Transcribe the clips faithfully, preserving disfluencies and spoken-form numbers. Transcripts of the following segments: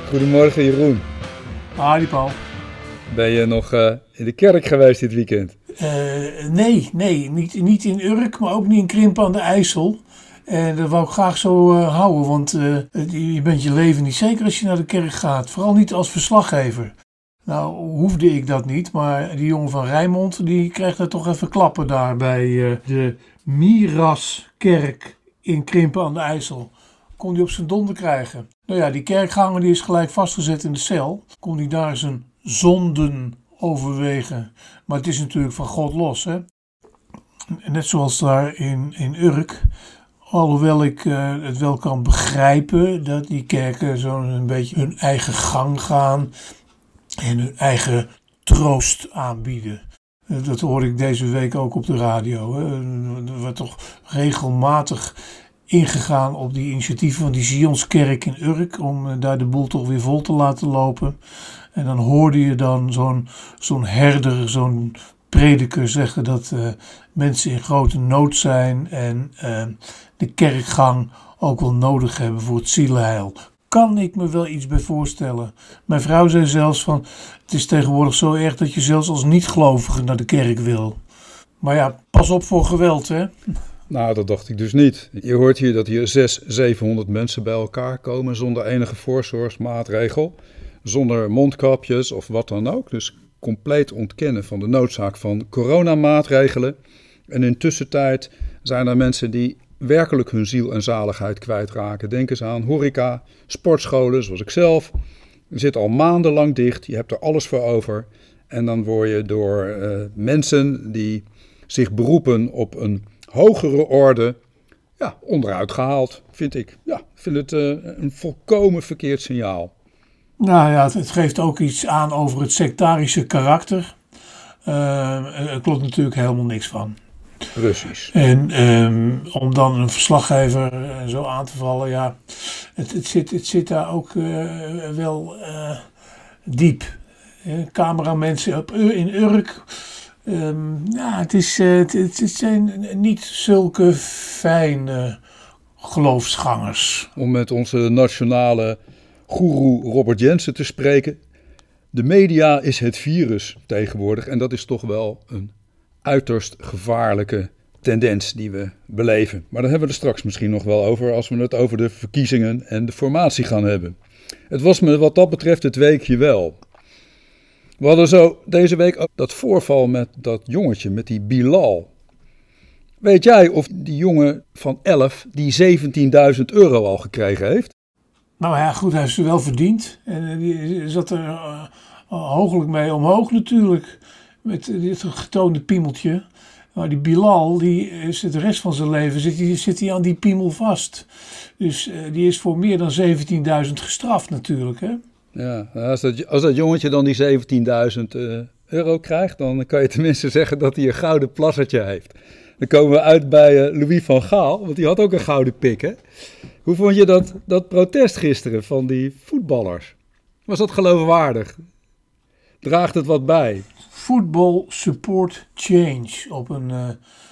Goedemorgen Jeroen. Ah, die Paul. Ben je nog uh, in de kerk geweest dit weekend? Uh, nee, nee. Niet, niet in Urk, maar ook niet in Krimpen aan de IJssel. En dat wou ik graag zo uh, houden, want uh, je bent je leven niet zeker als je naar de kerk gaat. Vooral niet als verslaggever. Nou, hoefde ik dat niet, maar die jongen van Rijnmond, die kreeg er toch even klappen daar bij uh, de Miraskerk in Krimpen aan de IJssel. Kon hij op zijn donder krijgen. Nou ja, die kerkganger die is gelijk vastgezet in de cel. Kon hij daar zijn zonden overwegen. Maar het is natuurlijk van God los, hè. Net zoals daar in, in Urk. Alhoewel ik uh, het wel kan begrijpen dat die kerken zo'n beetje hun eigen gang gaan. En hun eigen troost aanbieden. Uh, dat hoorde ik deze week ook op de radio. Hè. Er werd toch regelmatig ingegaan op die initiatieven van die Zionskerk in Urk. Om uh, daar de boel toch weer vol te laten lopen. En dan hoorde je dan zo'n, zo'n herder, zo'n prediker zeggen dat uh, mensen in grote nood zijn. En uh, de kerkgang ook wel nodig hebben voor het zielenheil. Kan ik me wel iets bij voorstellen. Mijn vrouw zei zelfs van, het is tegenwoordig zo erg dat je zelfs als niet-gelovige naar de kerk wil. Maar ja, pas op voor geweld, hè. Nou, dat dacht ik dus niet. Je hoort hier dat hier zeshonderd, zevenhonderd mensen bij elkaar komen zonder enige voorzorgsmaatregel. Zonder mondkapjes of wat dan ook. Dus compleet ontkennen van de noodzaak van coronamaatregelen. En in tussentijd zijn er mensen die werkelijk hun ziel en zaligheid kwijtraken. Denk eens aan horeca, sportscholen zoals ik zelf. Je zit al maandenlang dicht, je hebt er alles voor over. En dan word je door uh, mensen die zich beroepen op een hogere orde, ja, onderuit gehaald, vind ik. Ja, ik vind het uh, een volkomen verkeerd signaal. Nou ja, het, het geeft ook iets aan over het sectarische karakter. Uh, er klopt natuurlijk helemaal niks van. Precies. En um, om dan een verslaggever uh, zo aan te vallen, ja, het, het, zit, het zit daar ook uh, wel uh, diep. Uh, cameramensen op, in Urk, um, ja, het, is, uh, het, het zijn niet zulke fijne geloofsgangers. Om met onze nationale goeroe Robert Jensen te spreken. De media is het virus tegenwoordig en dat is toch wel een uiterst gevaarlijke tendens die we beleven. Maar daar hebben we er straks misschien nog wel over als we het over de verkiezingen en de formatie gaan hebben. Het was me wat dat betreft het weekje wel. We hadden zo deze week ook dat voorval met dat jongetje, met die Bilal. Weet jij of die jongen van elf die zeventienduizend euro al gekregen heeft? Nou ja, goed, hij heeft ze wel verdiend. En die zat er uh, hooglijk mee omhoog natuurlijk. Met dit getoonde piemeltje. Maar die Bilal, die is het de rest van zijn leven zit hij, zit hij aan die piemel vast. Dus uh, die is voor meer dan zeventienduizend gestraft natuurlijk, hè. Ja, als dat, als dat jongetje dan die zeventienduizend uh, euro krijgt, dan kan je tenminste zeggen dat hij een gouden plassertje heeft. Dan komen we uit bij uh, Louis van Gaal, want die had ook een gouden pik, hè. Hoe vond je dat, dat protest gisteren van die voetballers? Was dat geloofwaardig? Draagt het wat bij? Football support change op een uh,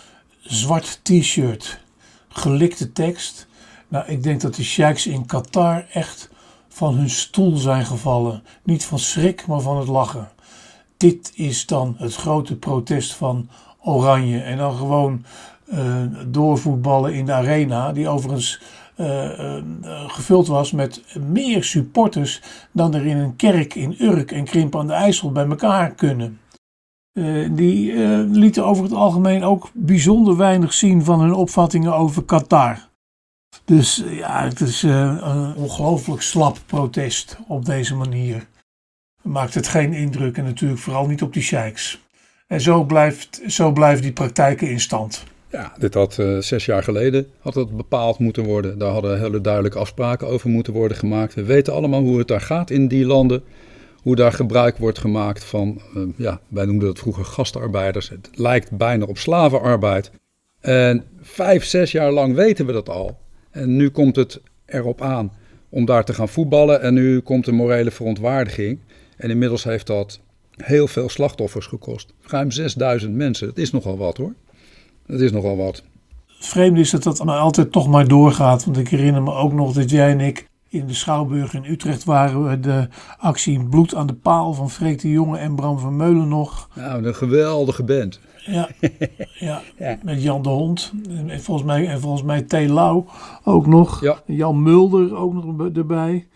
zwart t-shirt. Gelikte tekst. Nou, ik denk dat de sheiks in Qatar echt van hun stoel zijn gevallen. Niet van schrik, maar van het lachen. Dit is dan het grote protest van Oranje. En dan gewoon uh, doorvoetballen in de arena, die overigens Uh, uh, gevuld was met meer supporters dan er in een kerk in Urk en Krimpen aan de IJssel bij elkaar kunnen. Uh, die uh, lieten over het algemeen ook bijzonder weinig zien van hun opvattingen over Qatar. Dus uh, ja, het is uh, een ongelooflijk slap protest op deze manier. Maakt het geen indruk en natuurlijk vooral niet op die sheiks. En zo blijft, zo blijven die praktijken in stand. Ja, dit had uh, zes jaar geleden had het bepaald moeten worden. Daar hadden hele duidelijke afspraken over moeten worden gemaakt. We weten allemaal hoe het daar gaat in die landen. Hoe daar gebruik wordt gemaakt van, uh, ja, wij noemden dat vroeger gastarbeiders. Het lijkt bijna op slavenarbeid. En vijf, zes jaar lang weten we dat al. En nu komt het erop aan om daar te gaan voetballen. En nu komt de morele verontwaardiging. En inmiddels heeft dat heel veel slachtoffers gekost. Ruim zesduizend mensen. Het is nogal wat, hoor. Het is nogal wat. Vreemd is dat dat maar altijd toch maar doorgaat. Want ik herinner me ook nog dat jij en ik in de Schouwburg in Utrecht waren we de actie Bloed aan de Paal van Freek de Jonge en Bram van Meulen nog. Nou, een geweldige band. Ja, ja, ja, met Jan de Hond en volgens mij, en volgens mij T. Lau ook nog. Ja. Jan Mulder ook nog erbij.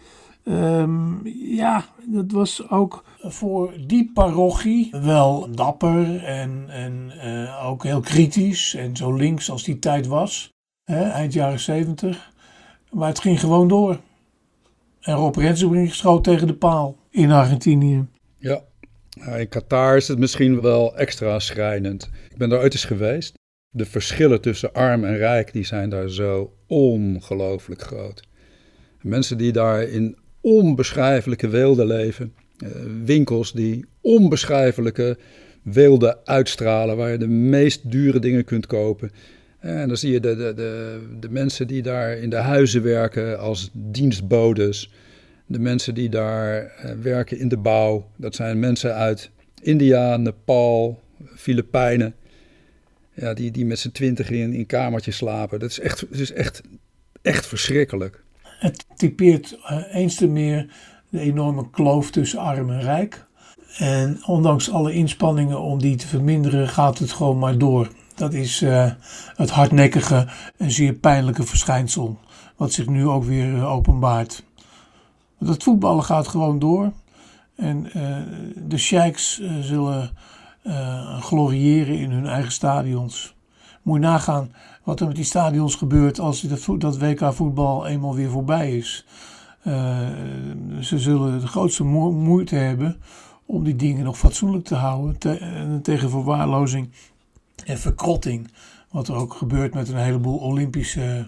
Um, ja, dat was ook voor die parochie wel dapper en, en uh, ook heel kritisch en zo links als die tijd was, hè, eind jaren zeventig. Maar het ging gewoon door. En Rob Rensenbrink schoot tegen de paal in Argentinië. Ja, in Qatar is het misschien wel extra schrijnend. Ik ben daar ooit eens geweest. De verschillen tussen arm en rijk die zijn daar zo ongelooflijk groot. Mensen die daar in onbeschrijfelijke weelde leven. Uh, winkels die onbeschrijfelijke weelde uitstralen, waar je de meest dure dingen kunt kopen. En dan zie je de, de, de, de mensen die daar in de huizen werken als dienstbodes. De mensen die daar uh, werken in de bouw. Dat zijn mensen uit India, Nepal, Filipijnen. Ja, die, die met z'n twintig in, in kamertjes slapen. Dat is echt, dat is echt, echt verschrikkelijk. Het typeert uh, eens te meer de enorme kloof tussen arm en rijk. En ondanks alle inspanningen om die te verminderen, gaat het gewoon maar door. Dat is uh, het hardnekkige en zeer pijnlijke verschijnsel, wat zich nu ook weer uh, openbaart. Want het voetballen gaat gewoon door. En uh, de sheiks uh, zullen uh, gloriëren in hun eigen stadions. Moet je nagaan wat er met die stadions gebeurt als dat W K voetbal eenmaal weer voorbij is. Uh, ze zullen de grootste mo- moeite hebben om die dingen nog fatsoenlijk te houden. Te- tegen verwaarlozing en verkrotting. Wat er ook gebeurt met een heleboel Olympische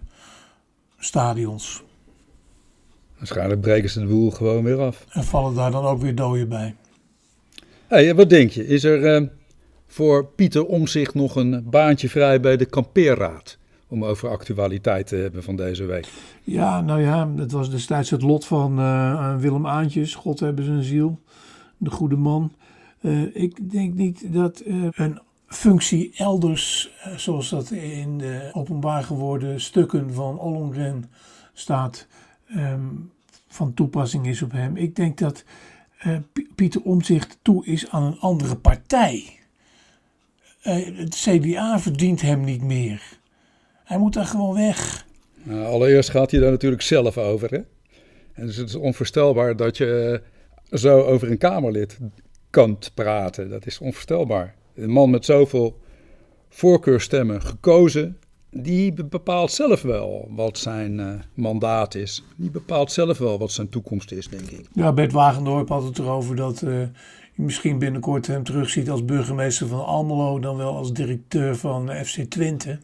stadions. Waarschijnlijk breken ze de boel gewoon weer af. En vallen daar dan ook weer doden bij. Hey, wat denk je? Is er uh, voor Pieter Omtzigt nog een baantje vrij bij de kampeerraad? Om over actualiteit te hebben van deze week. Ja, nou ja, het was destijds het lot van uh, Willem Aantjes. God hebben zijn ziel. De goede man. Uh, ik denk niet dat uh, een functie elders, uh, zoals dat in de openbaar geworden stukken van Ollongren staat, um, van toepassing is op hem. Ik denk dat uh, P- Pieter Omtzigt toe is aan een andere partij. Uh, het C D A verdient hem niet meer. Hij moet daar gewoon weg. Nou, allereerst gaat hij daar natuurlijk zelf over. Hè? En dus het is onvoorstelbaar dat je uh, zo over een Kamerlid kan praten. Dat is onvoorstelbaar. Een man met zoveel voorkeurstemmen gekozen, die bepaalt zelf wel wat zijn uh, mandaat is. Die bepaalt zelf wel wat zijn toekomst is, denk ik. Ja, Bert Wagendorp had het erover dat uh, je misschien binnenkort hem terugziet als burgemeester van Almelo, dan wel als directeur van F C Twente.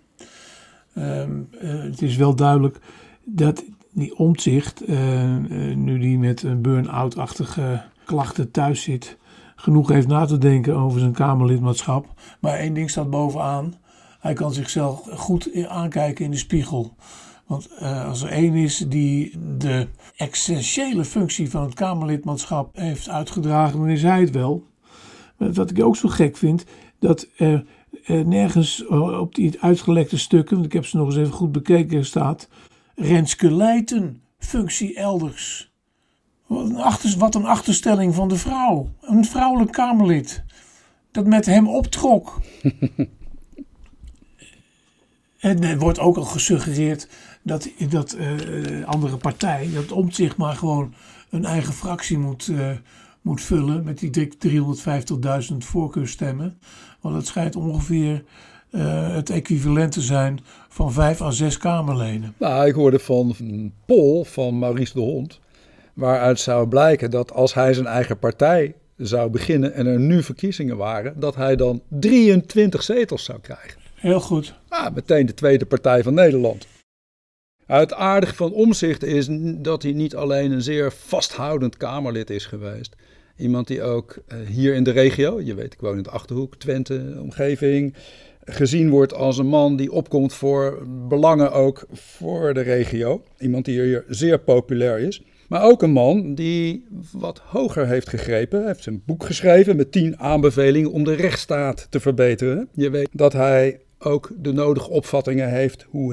Um, uh, het is wel duidelijk dat die Omtzigt, uh, uh, nu die met een burn-out-achtige klachten thuis zit, genoeg heeft na te denken over zijn Kamerlidmaatschap. Maar één ding staat bovenaan. Hij kan zichzelf goed aankijken in de spiegel. Want uh, als er één is die de essentiële functie van het Kamerlidmaatschap heeft uitgedragen, dan is hij het wel. Maar wat ik ook zo gek vind, dat er uh, nergens uh, op die uitgelekte stukken, want ik heb ze nog eens even goed bekeken, staat Renske Leijten, functie elders. Wat een, achter, wat een achterstelling van de vrouw. Een vrouwelijk Kamerlid dat met hem optrok. En er wordt ook al gesuggereerd dat, dat uh, andere partij, dat Omtzigt maar gewoon een eigen fractie moet, uh, moet vullen met die driehonderdvijftigduizend voorkeurstemmen. Want dat schijnt ongeveer uh, het equivalent te zijn van vijf à zes Kamerleden. Nou, ik hoorde van een poll van Maurice de Hond, waaruit zou blijken dat als hij zijn eigen partij zou beginnen en er nu verkiezingen waren, dat hij dan drieëntwintig zetels zou krijgen. Heel goed. Ah, meteen de tweede partij van Nederland. Het aardige van Omtzigt is dat hij niet alleen een zeer vasthoudend Kamerlid is geweest. Iemand die ook uh, hier in de regio, je weet ik woon in de Achterhoek, Twente, omgeving, gezien wordt als een man die opkomt voor belangen ook voor de regio. Iemand die hier zeer populair is. Maar ook een man die wat hoger heeft gegrepen. Hij heeft een boek geschreven met tien aanbevelingen om de rechtsstaat te verbeteren. Je weet dat hij ook de nodige opvattingen heeft hoe het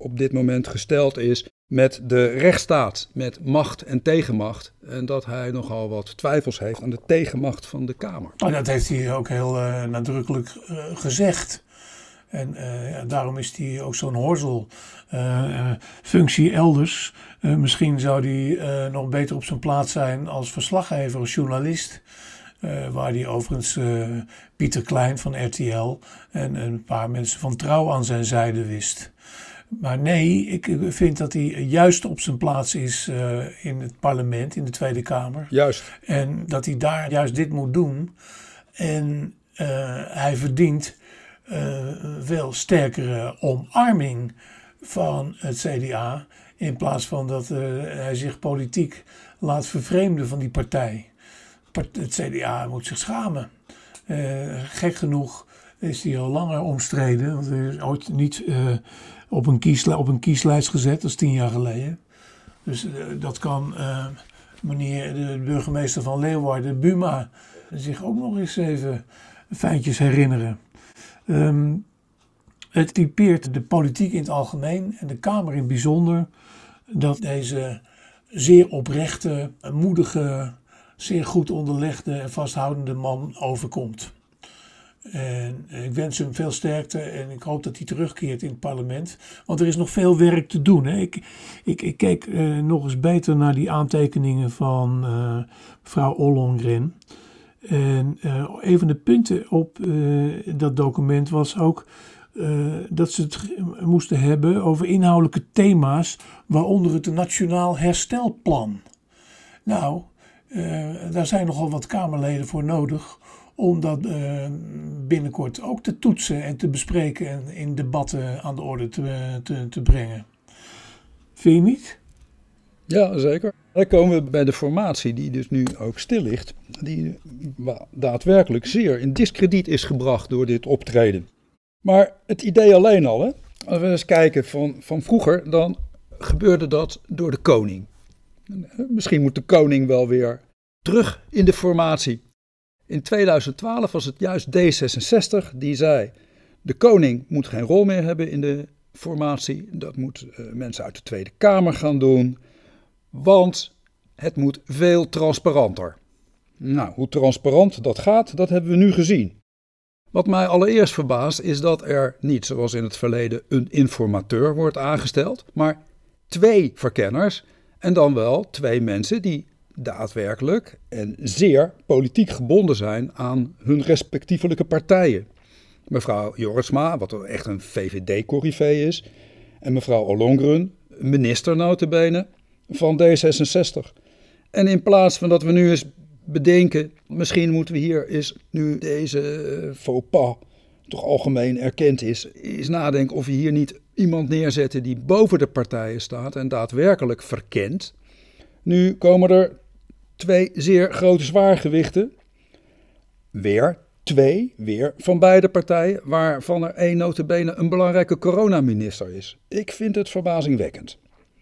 op dit moment gesteld is met de rechtsstaat, met macht en tegenmacht. En dat hij nogal wat twijfels heeft aan de tegenmacht van de Kamer. Oh, dat heeft hij ook heel uh, nadrukkelijk uh, gezegd. En uh, ja, daarom is hij ook zo'n horzelfunctie uh, elders. Uh, misschien zou hij uh, nog beter op zijn plaats zijn als verslaggever, als journalist. Uh, waar hij overigens uh, Pieter Klein van R T L en een paar mensen van Trouw aan zijn zijde wist. Maar nee, ik vind dat hij juist op zijn plaats is uh, in het parlement, in de Tweede Kamer. Juist. En dat hij daar juist dit moet doen. En uh, hij verdient uh, veel sterkere omarming van het C D A. In plaats van dat uh, hij zich politiek laat vervreemden van die partij. Het C D A moet zich schamen. Uh, gek genoeg is hij al langer omstreden. Want hij is ooit niet uh, op, een kiesli- op een kieslijst gezet, dat is tien jaar geleden. Dus uh, dat kan uh, meneer de burgemeester van Leeuwarden, Buma, zich ook nog eens even feitjes herinneren. Um, het typeert de politiek in het algemeen en de Kamer in het bijzonder dat deze zeer oprechte, moedige, zeer goed onderlegde en vasthoudende man overkomt. En ik wens hem veel sterkte en ik hoop dat hij terugkeert in het parlement. Want er is nog veel werk te doen. Hè. Ik, ik, ik keek uh, nog eens beter naar die aantekeningen van uh, mevrouw Ollongren. En uh, een van de punten op uh, dat document was ook uh, dat ze het moesten hebben over inhoudelijke thema's, waaronder het Nationaal Herstelplan. Nou, uh, daar zijn nogal wat Kamerleden voor nodig om dat uh, binnenkort ook te toetsen en te bespreken en in debatten aan de orde te, te, te brengen. Vind je niet? Ja, zeker. Dan komen we bij de formatie die dus nu ook stil ligt, die daadwerkelijk zeer in diskrediet is gebracht door dit optreden. Maar het idee alleen al, hè? Als we eens kijken van, van vroeger, dan gebeurde dat door de koning. Misschien moet de koning wel weer terug in de formatie. In tweeduizend twaalf was het juist D zesenzestig die zei, de koning moet geen rol meer hebben in de formatie. Dat moeten uh, mensen uit de Tweede Kamer gaan doen, want het moet veel transparanter. Nou, hoe transparant dat gaat, dat hebben we nu gezien. Wat mij allereerst verbaast is dat er niet, zoals in het verleden, een informateur wordt aangesteld, maar twee verkenners en dan wel twee mensen die daadwerkelijk en zeer politiek gebonden zijn aan hun respectievelijke partijen. Mevrouw Jorritsma, wat echt een V V D-corrivee is, en mevrouw Ollongren, minister nota bene van D zesenzestig. En in plaats van dat we nu eens bedenken, misschien moeten we hier eens, nu deze faux pas toch algemeen erkend is, eens nadenken of we hier niet iemand neerzetten die boven de partijen staat en daadwerkelijk verkent. Nu komen er twee zeer grote zwaargewichten. Weer twee, weer van beide partijen, waarvan er één nota bene een belangrijke coronaminister is. Ik vind het verbazingwekkend.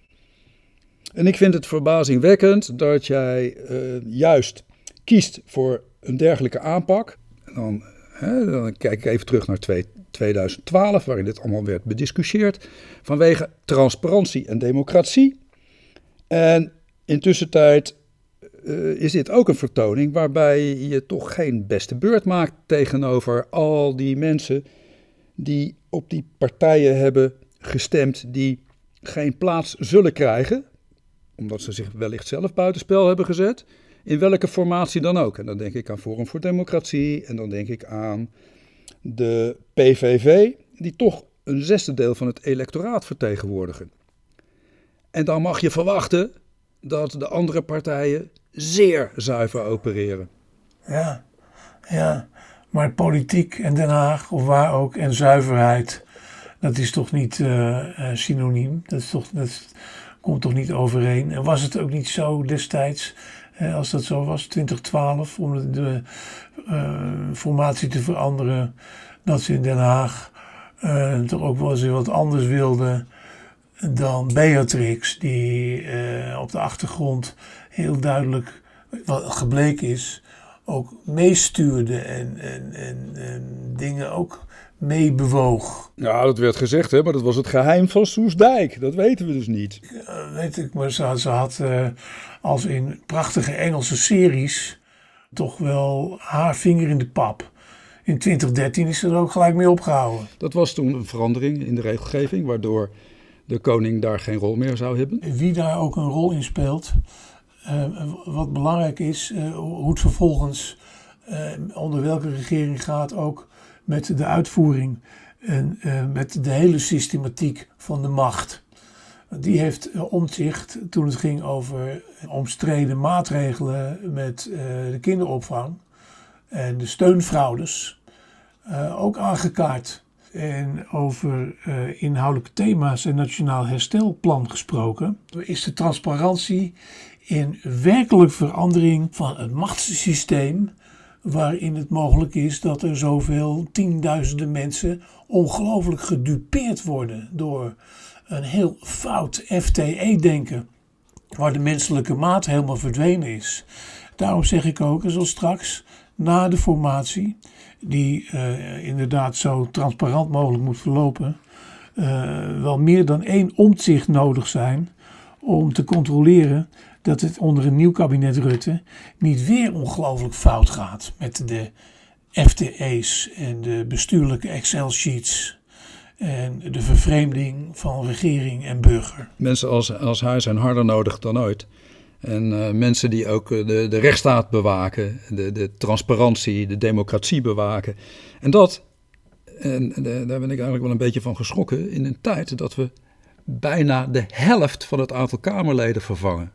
En ik vind het verbazingwekkend dat jij uh, juist kiest voor een dergelijke aanpak. En dan, hè, dan kijk ik even terug naar tweeduizend twaalf, waarin dit allemaal werd bediscussieerd, vanwege transparantie en democratie. En intussen tijd uh, is dit ook een vertoning waarbij je toch geen beste beurt maakt tegenover al die mensen die op die partijen hebben gestemd die geen plaats zullen krijgen, omdat ze zich wellicht zelf buitenspel hebben gezet, in welke formatie dan ook. En dan denk ik aan Forum voor Democratie en dan denk ik aan de P V V, die toch een zesde deel van het electoraat vertegenwoordigen. En dan mag je verwachten dat de andere partijen zeer zuiver opereren. Ja, ja, maar politiek en Den Haag, of waar ook, en zuiverheid, dat is toch niet uh, synoniem? Dat, is toch, dat komt toch niet overeen? En was het ook niet zo destijds, uh, als dat zo was, twintig twaalf, om de uh, formatie te veranderen, dat ze in Den Haag uh, toch ook wel eens wat anders wilden dan Beatrix, die uh, op de achtergrond heel duidelijk, wat gebleken is, ook meestuurde en, en, en, en dingen ook mee bewoog. Ja, dat werd gezegd, hè, maar dat was het geheim van Soestdijk. Dat weten we dus niet. Uh, weet ik, maar ze, ze had uh, als in prachtige Engelse series toch wel haar vinger in de pap. In twintig dertien is ze er ook gelijk mee opgehouden. Dat was toen een verandering in de regelgeving, waardoor de koning daar geen rol meer zou hebben. Wie daar ook een rol in speelt, uh, wat belangrijk is, uh, hoe het vervolgens uh, onder welke regering gaat, ook met de uitvoering en uh, met de hele systematiek van de macht. Die heeft uh, Omtzigt, toen het ging over omstreden maatregelen met uh, de kinderopvang en de steunfraudes, uh, ook aangekaart. En over uh, inhoudelijke thema's en Nationaal Herstelplan gesproken, is de transparantie in werkelijk verandering van het machtssysteem, waarin het mogelijk is dat er zoveel tienduizenden mensen ongelooflijk gedupeerd worden door een heel fout F T E-denken, waar de menselijke maat helemaal verdwenen is. Daarom zeg ik ook, er zal straks na de formatie, die uh, inderdaad zo transparant mogelijk moet verlopen, uh, wel meer dan één Omtzigt nodig zijn om te controleren dat het onder een nieuw kabinet Rutte niet weer ongelooflijk fout gaat met de F T E's en de bestuurlijke Excel-sheets en de vervreemding van regering en burger. Mensen als, als hij zijn harder nodig dan ooit. En uh, mensen die ook uh, de, de rechtsstaat bewaken, de, de transparantie, de democratie bewaken. En dat, en de, daar ben ik eigenlijk wel een beetje van geschrokken, in een tijd dat we bijna de helft van het aantal Kamerleden vervangen.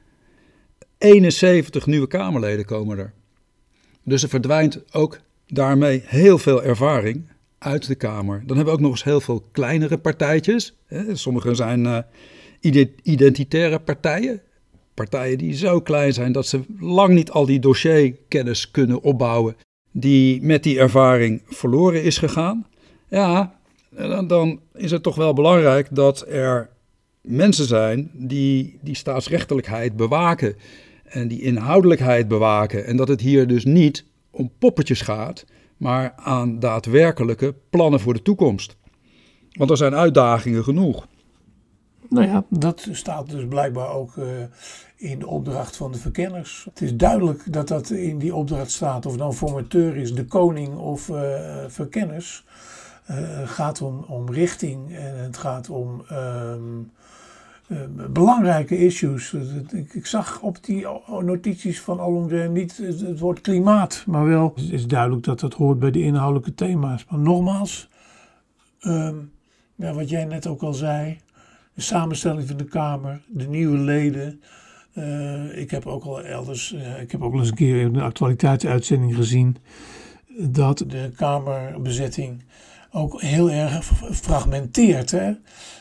eenenzeventig nieuwe Kamerleden komen er. Dus er verdwijnt ook daarmee heel veel ervaring uit de Kamer. Dan hebben we ook nog eens heel veel kleinere partijtjes. Sommige zijn uh, identitaire partijen. Partijen die zo klein zijn dat ze lang niet al die dossierkennis kunnen opbouwen die met die ervaring verloren is gegaan. Ja, dan, dan is het toch wel belangrijk dat er mensen zijn die die staatsrechtelijkheid bewaken en die inhoudelijkheid bewaken. En dat het hier dus niet om poppetjes gaat, maar aan daadwerkelijke plannen voor de toekomst. Want er zijn uitdagingen genoeg. Nou ja, dat staat dus blijkbaar ook uh, in de opdracht van de verkenners. Het is duidelijk dat dat in die opdracht staat, of het dan formateur is, de koning of uh, verkenners. Uh, het gaat om, om richting en het gaat om uh, uh, belangrijke issues. Ik, ik zag op die notities van Ollongren niet het, het woord klimaat, maar wel het is duidelijk dat dat hoort bij de inhoudelijke thema's. Maar nogmaals, uh, ja, wat jij net ook al zei, de samenstelling van de Kamer, de nieuwe leden. Uh, ik heb ook al elders, uh, ik heb ook al eens een keer in de actualiteitsuitzending gezien dat de Kamerbezetting ook heel erg fragmenteert. Hè?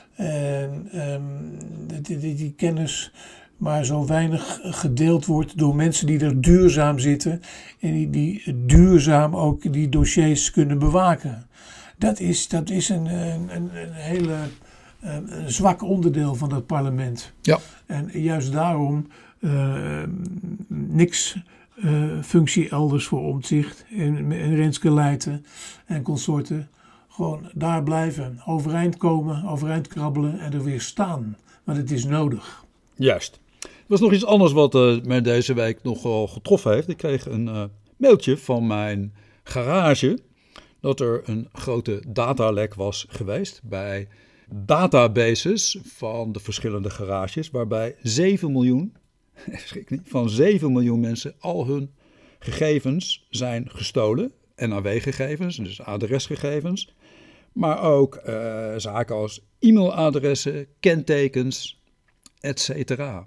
En um, die, die, die kennis maar zo weinig gedeeld wordt door mensen die er duurzaam zitten en die, die duurzaam ook die dossiers kunnen bewaken. Dat is, dat is een, een, een hele een zwak onderdeel van dat parlement. Ja. En juist daarom uh, niks uh, functie elders voor Omtzigt en, en Renske Leijten en consorten. Gewoon daar blijven, overeind komen, overeind krabbelen en er weer staan. Want het is nodig. Juist. Er was nog iets anders wat uh, mij deze week nogal getroffen heeft. Ik kreeg een uh, mailtje van mijn garage dat er een grote datalek was geweest bij databases van de verschillende garages, waarbij zeven miljoen, schrik niet, van zeven miljoen mensen al hun gegevens zijn gestolen. N A W-gegevens, dus adresgegevens, maar ook uh, zaken als e-mailadressen, kentekens, et cetera.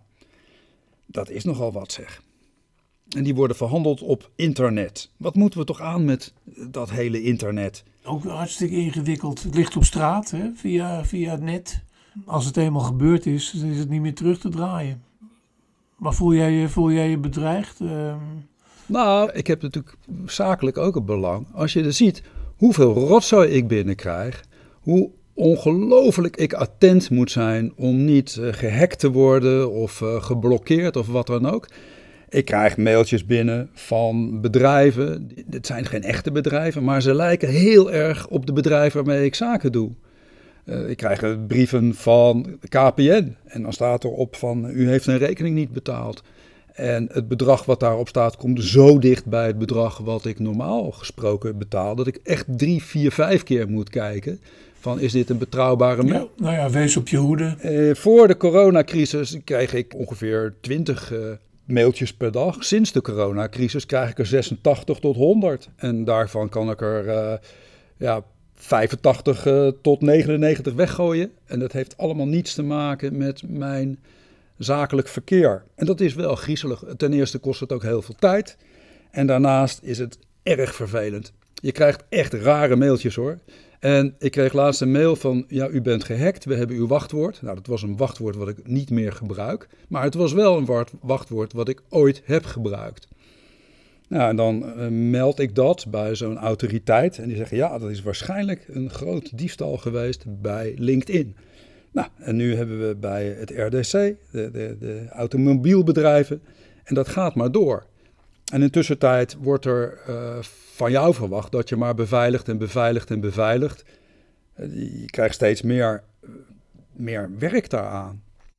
Dat is nogal wat, zeg. En die worden verhandeld op internet. Wat moeten we toch aan met dat hele internet? Ook hartstikke ingewikkeld. Het ligt op straat, hè, via, via het net. Als het eenmaal gebeurd is, dan is het niet meer terug te draaien. Maar voel jij je, voel jij je bedreigd? Uh... Nou, ik heb natuurlijk zakelijk ook een belang. Als je dus ziet hoeveel rotzooi ik binnenkrijg, hoe ongelooflijk ik attent moet zijn om niet uh, gehackt te worden of uh, geblokkeerd of wat dan ook. Ik krijg mailtjes binnen van bedrijven. Dit zijn geen echte bedrijven, maar ze lijken heel erg op de bedrijven waarmee ik zaken doe. Uh, ik krijg brieven van K P N en dan staat erop van u heeft een rekening niet betaald. En het bedrag wat daarop staat komt zo dicht bij het bedrag wat ik normaal gesproken betaal, dat ik echt drie, vier, vijf keer moet kijken van is dit een betrouwbare mail? Ja, nou ja, wees op je hoede. Uh, voor de coronacrisis kreeg ik ongeveer twintig uh, mailtjes per dag. Sinds de coronacrisis krijg ik er zesentachtig tot honderd. En daarvan kan ik er uh, ja, vijfentachtig uh, tot negenennegentig weggooien. En dat heeft allemaal niets te maken met mijn zakelijk verkeer. En dat is wel griezelig. Ten eerste kost het ook heel veel tijd. En daarnaast is het erg vervelend. Je krijgt echt rare mailtjes hoor. En ik kreeg laatst een mail van, ja, u bent gehackt, we hebben uw wachtwoord. Nou, dat was een wachtwoord wat ik niet meer gebruik. Maar het was wel een wachtwoord wat ik ooit heb gebruikt. Nou, en dan uh, meld ik dat bij zo'n autoriteit. En die zeggen, ja, dat is waarschijnlijk een groot diefstal geweest bij LinkedIn. Nou, en nu hebben we bij het R D C, de, de, de automobielbedrijven, en dat gaat maar door. En intussen tijd wordt er uh, van jou verwacht dat je maar beveiligt en beveiligt en beveiligt. Uh, je krijgt steeds meer, uh, meer werk daaraan.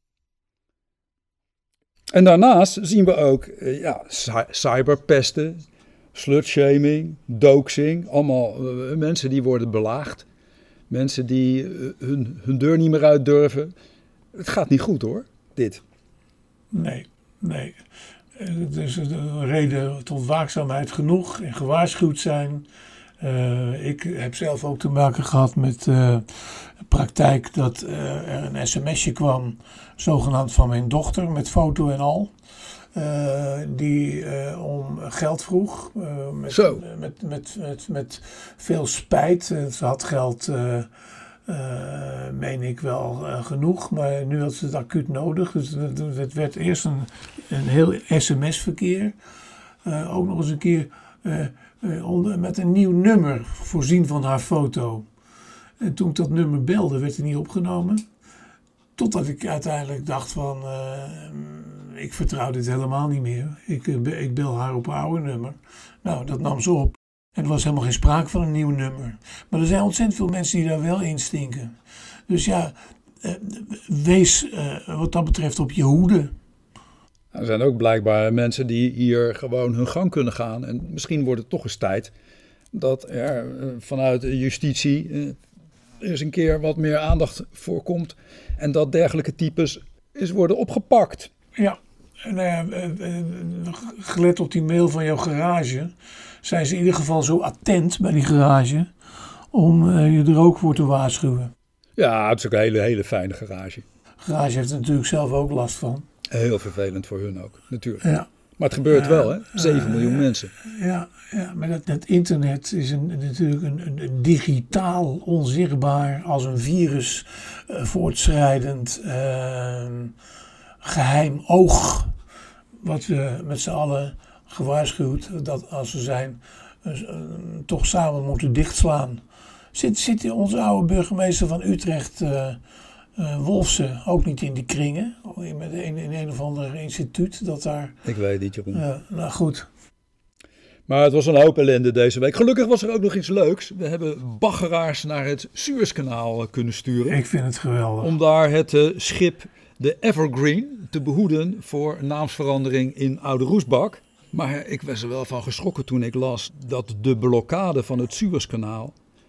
En daarnaast zien we ook uh, ja, cy- cyberpesten, slutshaming, doxing. Allemaal uh, mensen die worden belaagd. Mensen die uh, hun, hun deur niet meer uit durven. Het gaat niet goed hoor, dit. Nee, nee. Het is een reden tot waakzaamheid genoeg en gewaarschuwd zijn. Uh, ik heb zelf ook te maken gehad met uh, de praktijk dat uh, er een sms'je kwam, zogenaamd van mijn dochter, met foto en al. Uh, die uh, om geld vroeg. Uh, met, Zo. Met, met, met, met veel spijt. Uh, ze had geld, uh, uh, meen ik wel, uh, genoeg. Maar nu had ze het acuut nodig. Dus het, het werd eerst een, een heel sms-verkeer. Uh, ook nog eens een keer uh, uh, onder, met een nieuw nummer voorzien van haar foto. En toen ik dat nummer belde, werd hij niet opgenomen. Totdat ik uiteindelijk dacht van, uh, ik vertrouw dit helemaal niet meer. Ik, ik bel haar op haar oude nummer. Nou, dat nam ze op. En er was helemaal geen sprake van een nieuw nummer. Maar er zijn ontzettend veel mensen die daar wel in stinken. Dus ja, uh, wees uh, wat dat betreft op je hoede. Er zijn ook blijkbaar mensen die hier gewoon hun gang kunnen gaan. En misschien wordt het toch eens tijd dat er uh, vanuit de justitie uh, eens een keer wat meer aandacht voor komt. En dat dergelijke types eens worden opgepakt. Ja, en uh, uh, gelet op die mail van jouw garage, zijn ze in ieder geval zo attent bij die garage om uh, je er ook voor te waarschuwen. Ja, het is ook een hele, hele fijne garage. Garage heeft er natuurlijk zelf ook last van. Heel vervelend voor hun ook, natuurlijk. Ja. Maar het gebeurt uh, wel, hè? zeven miljoen uh, mensen. Ja, ja, maar dat, dat internet is een, natuurlijk een, een, een digitaal, onzichtbaar, als een virus uh, voortschrijdend uh, geheim oog. Wat we met z'n allen gewaarschuwd dat als we zijn, uh, uh, toch samen moeten dichtslaan. Zit, zit onze oude burgemeester van Utrecht, uh, uh, Wolfsen, ook niet in die kringen? In, in, in een of ander instituut dat daar... Ik weet niet, Jeroen. Uh, nou goed. Maar het was een hoop ellende deze week. Gelukkig was er ook nog iets leuks. We hebben baggeraars naar het Suezkanaal kunnen sturen. Ik vind het geweldig. Om daar het uh, schip, de Evergreen, te behoeden voor naamsverandering in Oude Roesbak. Maar ik was er wel van geschrokken toen ik las dat de blokkade van het Suezkanaal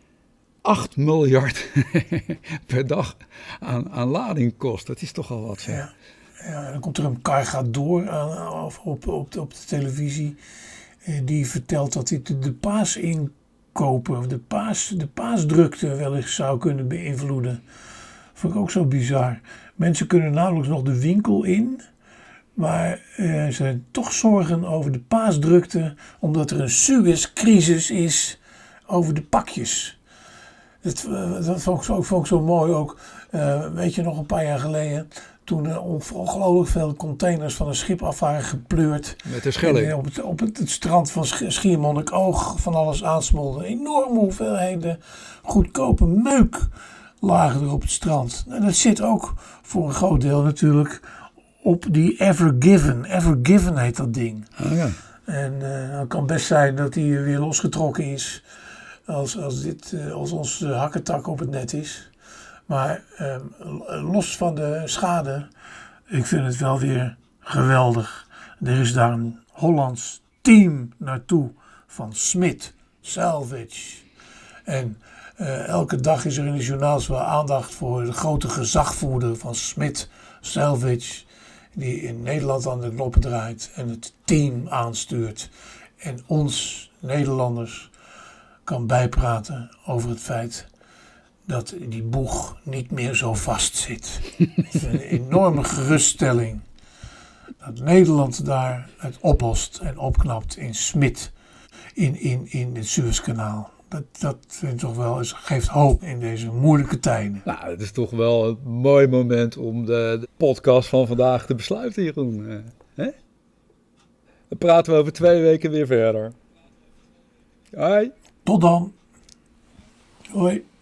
acht miljard per dag aan, aan lading kost. Dat is toch al wat. Ja, ja, dan komt er een cargador aan, op, op, op, op de televisie. Die vertelt dat hij de, de paasinkopen, of de, paas, de paasdrukte wellicht zou kunnen beïnvloeden. Vond ik ook zo bizar. Mensen kunnen nauwelijks nog de winkel in. Maar uh, ze hebben toch zorgen over de paasdrukte. Omdat er een Suez-crisis is over de pakjes. Dat, uh, dat vond, ik zo, vond ik zo mooi ook. Uh, weet je nog een paar jaar geleden. Toen er ongelooflijk veel containers van een schip af waren gepleurd. Met de Schelling. Op het, op het, het strand van Schiermonnikoog van alles aansmolten. Enorme hoeveelheden goedkope meuk lagen er op het strand. En dat zit ook voor een groot deel natuurlijk op die Ever Given. Ever Given heet dat ding. Oh ja. En uh, het kan best zijn dat hij weer losgetrokken is als, als, dit, uh, als ons uh, hakketak op het net is. Maar uh, los van de schade, ik vind het wel weer geweldig. Er is daar een Hollands team naartoe van Smit Salvage. En uh, elke dag is er in de journaals wel aandacht voor de grote gezagvoerder van Smit Salvage. Die in Nederland aan de knoppen draait en het team aanstuurt. En ons Nederlanders kan bijpraten over het feit dat die boeg niet meer zo vast zit. Het is een enorme geruststelling dat Nederland daar het oplost en opknapt in Smit, in, in, in het Suezkanaal. Dat, dat vind ik toch wel eens, geeft hoop in deze moeilijke tijden. Nou, het is toch wel een mooi moment om de, de podcast van vandaag te besluiten, Jeroen. Uh, hè? Dan praten we over twee weken weer verder. Hoi. Tot dan. Hoi.